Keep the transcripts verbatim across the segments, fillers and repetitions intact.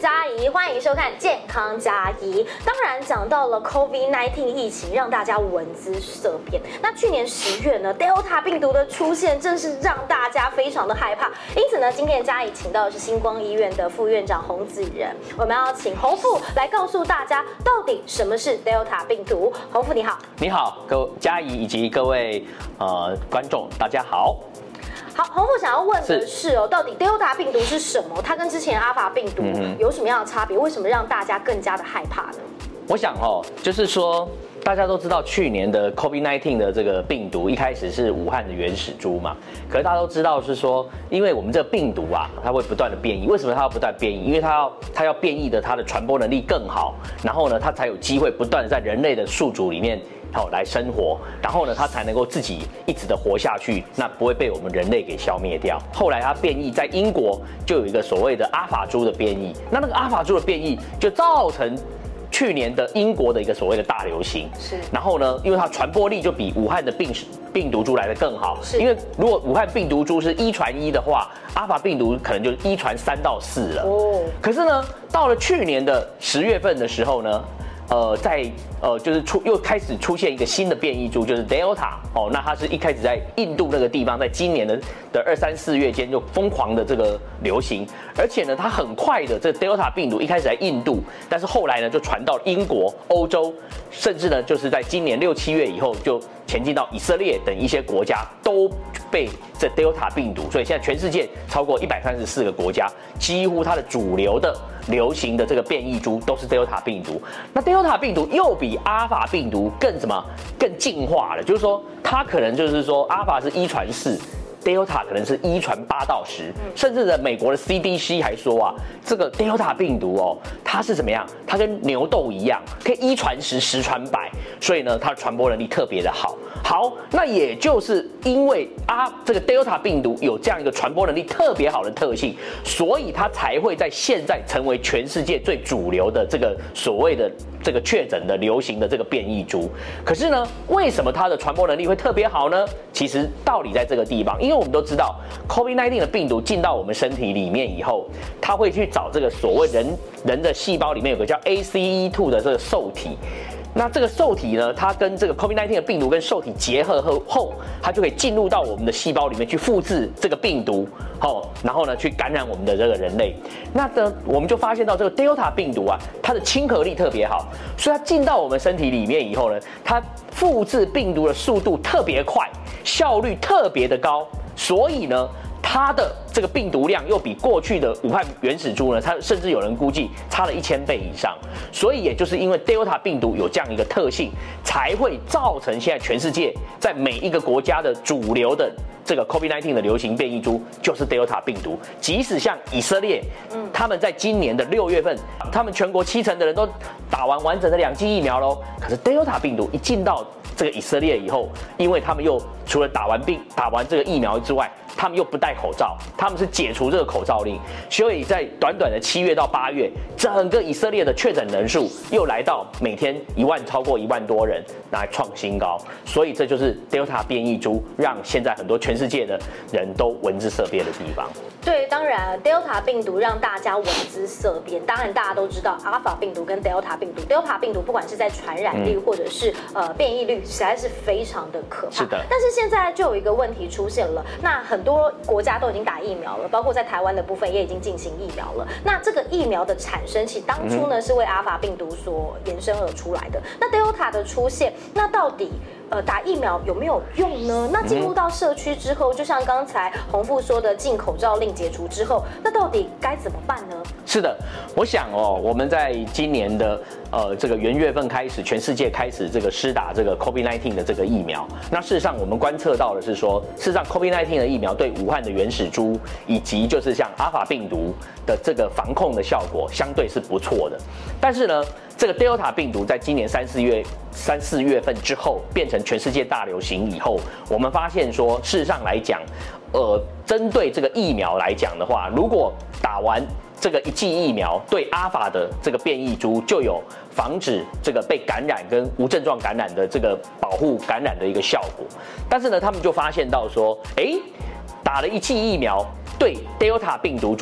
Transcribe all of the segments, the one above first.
嘉怡，欢迎收看《健康嘉怡》。当然，讲到了 COVID 十九 疫情，让大家闻之色变。那去年十月呢 ，Delta 病毒的出现，正是让大家非常的害怕。因此呢，今天嘉怡请到的是星光医院的副院长洪子仁，我们要请洪副来告诉大家，到底什么是 Delta 病毒。洪副你好， 你好，各位嘉怡以及各位呃观众，大家好。 好，洪副想要问的是哦，到底 Delta 病毒是什么？它跟之前阿法病毒有什么样的差别？为什么让大家更加的害怕呢？ 我想哦，就是说大家都知道去年的 COVID 十九 的这个病毒一开始是武汉的原始株嘛，可是大家都知道是说，因为我们这个病毒啊，它会不断的变异。为什么它要不断变异？因为它要它要变异的，它的传播能力更好，然后呢，它才有机会不断的在人类的宿主里面。好来生活，然后呢，它才能够自己一直的活下去，那不会被我们人类给消灭掉。后来它变异，在英国就有一个所谓的阿法株的变异，那那个阿法株的变异就造成去年的英国的一个所谓的大流行。是，然后呢，因为它传播力就比武汉的病病毒株来得更好，因为如果武汉病毒株是一传一的话，阿法病毒可能就一传三到四了。哦，可是呢，到了去年的十月份的时候呢。呃，在呃，就是出又开始出现一个新的变异株，就是 Delta 哦，那它是一开始在印度那个地方，在今年的的二三四月间就疯狂的这个流行，而且呢，它很快的这个 Delta 病毒一开始在印度，但是后来呢就传到英国、欧洲，甚至呢就是在今年六七月以后就前进到以色列等一些国家都被这 Delta 病毒，所以现在全世界超过一百三十四个国家，几乎它的主流的流行的这个变异株都是 Delta 病毒。那 Delta 病毒又比阿法病毒更什么更进化了，就是说它可能就是说阿法是一传四。Delta 可能是一传八到十，甚至呢，美国的 C D C 还说啊，这个 Delta 病毒哦，它是怎么样？它跟牛痘一样，可以一传十，十传百，所以呢，它的传播能力特别的好。好，那也就是因为啊，这个 Delta 病毒有这样一个传播能力特别好的特性，所以它才会在现在成为全世界最主流的这个所谓的这个确诊的流行的这个变异株。可是呢，为什么它的传播能力会特别好呢？其实道理在这个地方，因为因为我们都知道 COVID 十九 的病毒进到我们身体里面以后，它会去找这个所谓人人的细胞里面有个叫 A C E 二 的这个受体。那这个受体呢，它跟这个 COVID 十九 的病毒跟受体结合后，它就可以进入到我们的细胞里面去复制这个病毒，哦，然后呢去感染我们的这个人类。那呢，我们就发现到这个 Delta 病毒啊，它的亲和力特别好，所以它进到我们身体里面以后呢，它复制病毒的速度特别快，效率特别的高，所以呢。它的这个病毒量又比过去的武汉原始株呢，它甚至有人估计差了一千倍以上。所以也就是因为 Delta 病毒有这样一个特性，才会造成现在全世界在每一个国家的主流的这个 COVID 十九 的流行变异株就是 Delta 病毒。即使像以色列，他们在今年的六月份，他们全国七成的人都打完完整的两剂疫苗喽。可是 Delta 病毒一进到这个以色列以后，因为他们又除了打完病、打完这个疫苗之外，他们又不戴口罩，他们是解除这个口罩令，所以在短短的七月到八月，整个以色列的确诊人数又来到每天一万，超过一万多人，来创新高。所以这就是 Delta 变异株让现在很多全世界的人都闻之色变的地方。 对，当然 Delta 病毒让大家闻之色变。当然大家都知道 Alpha 病毒跟 Delta 病毒 ，Delta 病毒不管是在传染率或者是呃变异率，实在是非常的可怕。 是的。 但是现在就有一个问题出现了，那很多国家都已经打疫苗了，包括在台湾的部分也已经进行疫苗了。那这个疫苗的产生，其实当初呢是为 Alpha 病毒所延伸而出来的。那 Delta 的出现，那到底？呃，打疫苗有没有用呢？那进入到社区之后，就像刚才洪副说的，禁口罩令解除之后，那到底该怎么办呢？ 是的，我想哦，我们在今年的呃这个元月份开始，全世界开始这个施打这个 COVID 十九 的这个疫苗。那事实上，我们观测到的是说，事实上 COVID 十九 的疫苗对武汉的原始株以及就是像阿法病毒的这个防控的效果相对是不错的。但是呢，这个 Delta 病毒在今年三四月三四月份之后变成全世界大流行以后，我们发现说，事实上来讲，呃，针对这个疫苗来讲的话，如果打完这个一剂疫苗，对阿法的这个变异株就有防止这个被感染跟无症状感染的这个保护感染的一个效果。但是呢，他们就发现到说，哎，打了一剂疫苗，对 Delta 病毒株的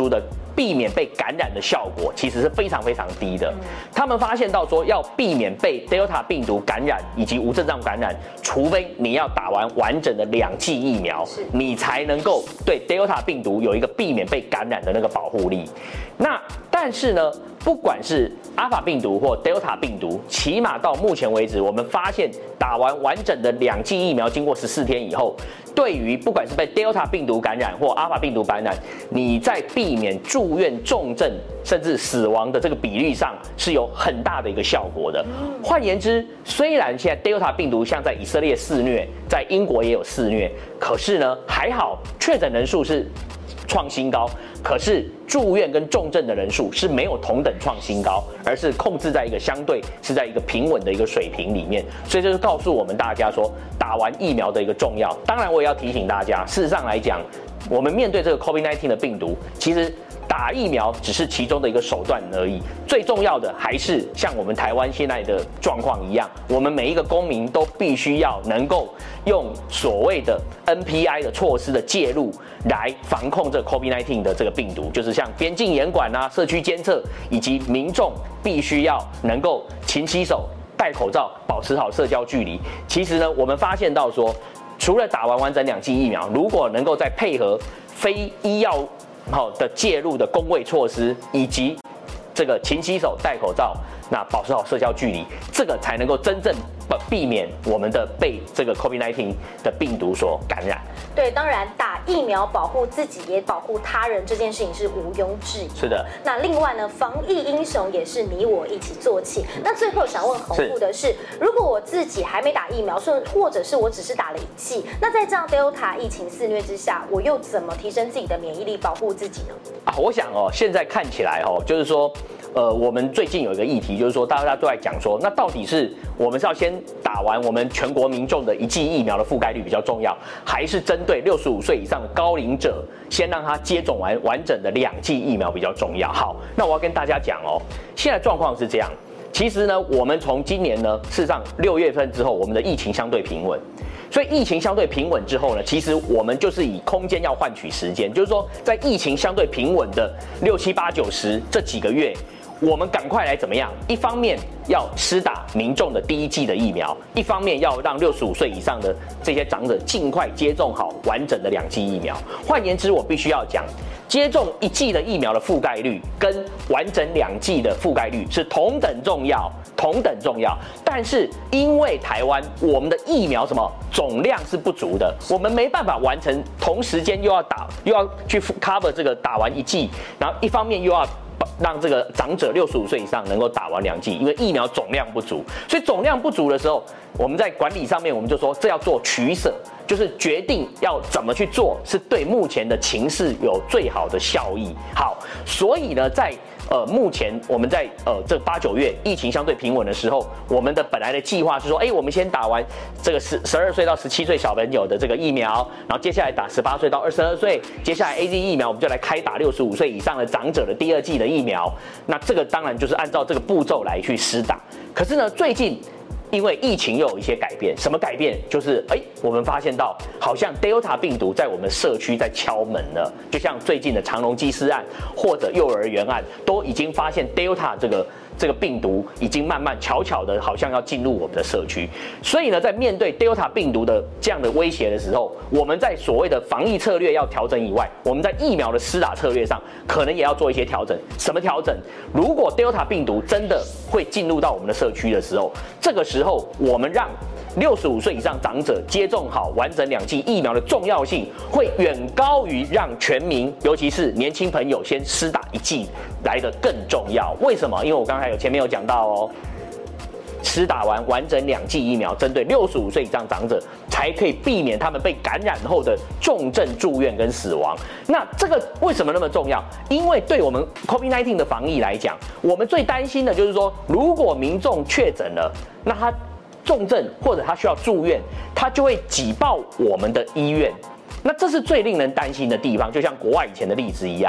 避免被感染的效果其实是非常非常低的。他们发现到说，要避免被 Delta 病毒感染以及无症状感染，除非你要打完完整的两剂疫苗，你才能够对 Delta 病毒有一个避免被感染的那个保护力。那但是呢，不管是阿法病毒或 Delta 病毒，起码到目前为止，我们发现打完完整的两剂疫苗，经过十四天以后，对于不管是被 Delta 病毒感染或阿法病毒感染，你在避免住院重症甚至死亡的这个比率上是有很大的一个效果的。换言之，虽然现在 Delta 病毒像在以色列肆虐，在英国也有肆虐，可是呢，还好确诊人数是创新高，可是住院跟重症的人数是没有同等创新高，而是控制在一个相对是在一个平稳的一个水平里面。所以这就告诉我们大家说，打完疫苗的一个重要。当然，我也要提醒大家，事实上来讲，我们面对这个 COVID 十九 的病毒，其实打疫苗只是其中的一个手段而已，最重要的还是像我们台湾现在的状况一样，我们每一个公民都必须要能够用所谓的 N P I 的措施的介入来防控这 COVID 十九 的这个病毒，就是像边境严管啊、社区监测，以及民众必须要能够勤洗手、戴口罩、保持好社交距离。其实呢，我们发现到说，除了打完完整两剂疫苗，如果能够再配合非医药好的介入的公卫措施，以及这个勤洗手、戴口罩，那保持好社交距离，这个才能够真正避免我们的被这个 COVID 十九 的病毒所感染。 对，当然打疫苗保护自己也保护他人这件事情是毋庸置疑。 是的。 那另外呢，防疫英雄也是你我一起做起。那最后想问洪副的是，如果我自己还没打疫苗，或者是我只是打了一剂，那在这样 Delta 疫情肆虐之下，我又怎么提升自己的免疫力，保护自己呢？ 啊，我想哦，现在看起来哦，就是说。呃，我们最近有一个议题，就是说大家都在讲说，那到底是我们是要先打完我们全国民众的一剂疫苗的覆盖率比较重要，还是针对六十五岁以上的高龄者，先让他接种完完整的两剂疫苗比较重要？好，那我要跟大家讲哦，现在状况是这样，其实呢，我们从今年呢，事实上六月份之后，我们的疫情相对平稳。所以疫情相对平稳之后呢，其实我们就是以空间要换取时间，就是说在疫情相对平稳的六七八九十这几个月，我们赶快来怎么样？一方面要施打民众的第一剂的疫苗，一方面要让六十五岁以上的这些长者尽快接种好完整的两剂疫苗。换言之，我必须要讲，接种一剂的疫苗的覆盖率跟完整两剂的覆盖率是同等重要。同等重要，但是因为台湾我们的疫苗什么总量是不足的，我们没办法完成同时间又要打又要去 cover 这个打完一剂，然后一方面又要让这个长者六十五岁以上能够打完两剂，因为疫苗总量不足，所以总量不足的时候，我们在管理上面我们就说这要做取舍，就是决定要怎么去做，是对目前的情势有最好的效益。好，所以呢，在呃，目前我们在呃这八九月疫情相对平稳的时候，我们的本来的计划是说，哎，我们先打完这个十十二岁到十七岁小朋友的这个疫苗，然后接下来打十八岁到二十二岁，接下来 A Z 疫苗我们就来开打六十五岁以上的长者的第二剂的疫苗。那这个当然就是按照这个步骤来去施打。可是呢，最近因为疫情又有一些改变，什么改变？就是哎，我们发现到好像 Delta 病毒在我们社区在敲门了，就像最近的长荣机师案或者幼儿园案，都已经发现 Delta 这个这个病毒已经慢慢悄悄的，好像要进入我们的社区。所以呢，在面对 Delta 病毒的这样的威胁的时候，我们在所谓的防疫策略要调整以外，我们在疫苗的施打策略上可能也要做一些调整。什么调整？如果 Delta 病毒真的会进入到我们的社区的时候，这个时候我们让六十五岁以上长者接种好完整两剂疫苗的重要性，会远高于让全民，尤其是年轻朋友先施打一剂来的更重要。为什么？因为我刚才有前面有讲到哦，施打完完整两剂疫苗，针对六十五岁以上长者，才可以避免他们被感染后的重症住院跟死亡。那这个为什么那么重要？因为对我们 COVID 十九 的防疫来讲，我们最担心的就是说，如果民众确诊了，那他重症或者他需要住院，他就会挤爆我们的医院。那这是最令人担心的地方，就像国外以前的例子一样。但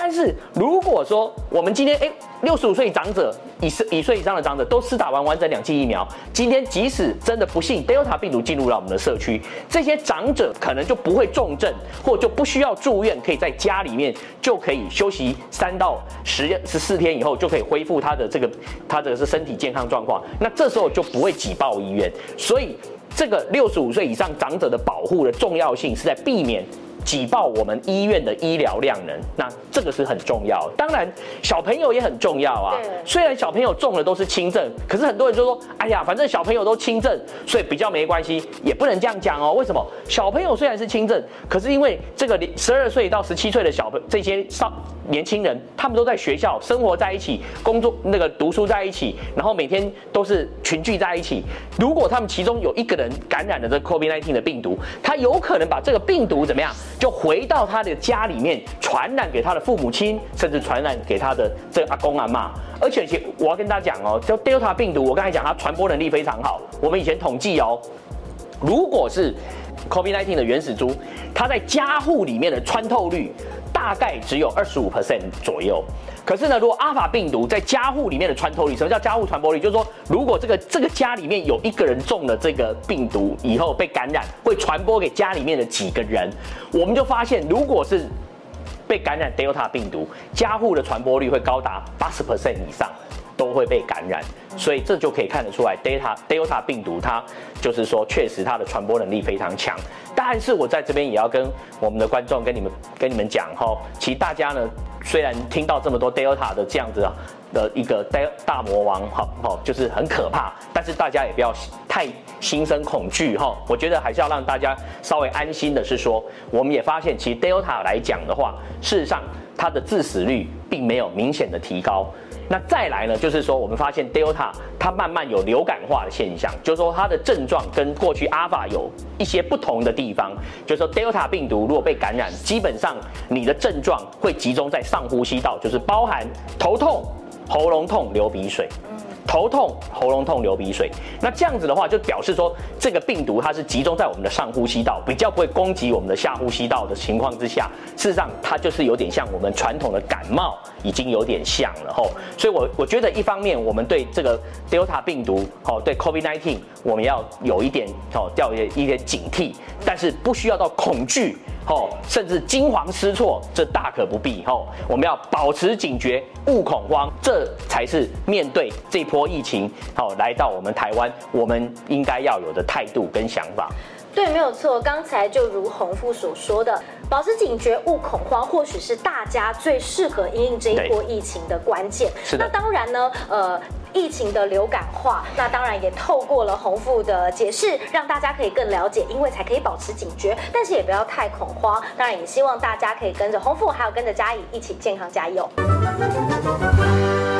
但是如果说我们今天哎六十五岁长者以以岁以上的长者都施打完完整两剂疫苗，今天即使真的不幸 Delta 病毒进入了我们的社区，这些长者可能就不会重症，或就不需要住院，可以在家里面就可以休息三到十十四天以后就可以恢复他的这个他的是身体健康状况，那这时候就不会挤爆医院。所以这个六十五岁以上长者的保护的重要性是在避免挤爆我们医院的医疗量能，那这个是很重要。当然，小朋友也很重要啊。虽然小朋友中了都是轻症，可是很多人就说：“哎呀，反正小朋友都轻症，所以比较没关系。”也不能这样讲哦。为什么？小朋友虽然是轻症，可是因为这个十二岁到十七岁的小朋这些少年轻人，他们都在学校生活在一起，工作那个读书在一起，然后每天都是群聚在一起。如果他们其中有一个人感染了这 COVID 十九 的病毒，他有可能把这个病毒怎么样？就回到他的家里面，传染给他的父母亲，甚至传染给他的这个阿公阿嬷。而且，我要跟大家讲哦，就 Delta 病毒，我刚才讲它传播能力非常好。我们以前统计哦，如果是 COVID 十九 的原始株，它在家户里面的穿透率大概只有 百分之二十五 左右。可是呢，如果阿法病毒在家户里面的穿透率，什么叫家户传播率？就是说，如果这个这个家里面有一个人中了这个病毒以后被感染，会传播给家里面的几个人，我们就发现，如果是被感染 Delta 病毒，家户的传播率会高达 百分之八十 以上。都会被感染，所以这就可以看得出来 ，Delta Delta 病毒它就是说，确实它的传播能力非常强。但是我在这边也要跟我们的观众跟你们跟你们讲哈，其实大家呢，虽然听到这么多 Delta 的这样子的一个大魔王，哈，哈，就是很可怕，但是大家也不要太心生恐惧哈。我觉得还是要让大家稍微安心的是说，我们也发现，其实 Delta 来讲的话，事实上它的致死率并没有明显的提高。那再来呢，就是说我们发现 Delta 它慢慢有流感化的现象，就是说它的症状跟过去 Alpha 有一些不同的地方。就是说 Delta 病毒如果被感染，基本上你的症状会集中在上呼吸道，就是包含头痛、喉咙痛、流鼻水。头痛、喉咙痛、流鼻水，那这样子的话，就表示说这个病毒它是集中在我们的上呼吸道，比较不会攻击我们的下呼吸道的情况之下，事实上它就是有点像我们传统的感冒，已经有点像了吼。所以我我觉得一方面我们对这个 Delta 病毒，哦，对 COVID 十九 我们要有一点哦，要有一点警惕，但是不需要到恐惧。哦，甚至惊惶失措，这大可不必。哦，我们要保持警觉，勿恐慌，这才是面对这波疫情，好，来到我们台湾，我们应该要有的态度跟想法。 对，没有错。刚才就如洪副所说的，保持警觉，勿恐慌，或许是大家最适合因应这一波疫情的关键。 是的。 那当然呢，呃。疫情的流感化，那当然也透过了洪副的解释，让大家可以更了解，因为才可以保持警觉，但是也不要太恐慌。当然也希望大家可以跟着洪副，还有跟着嘉怡一起健康加油。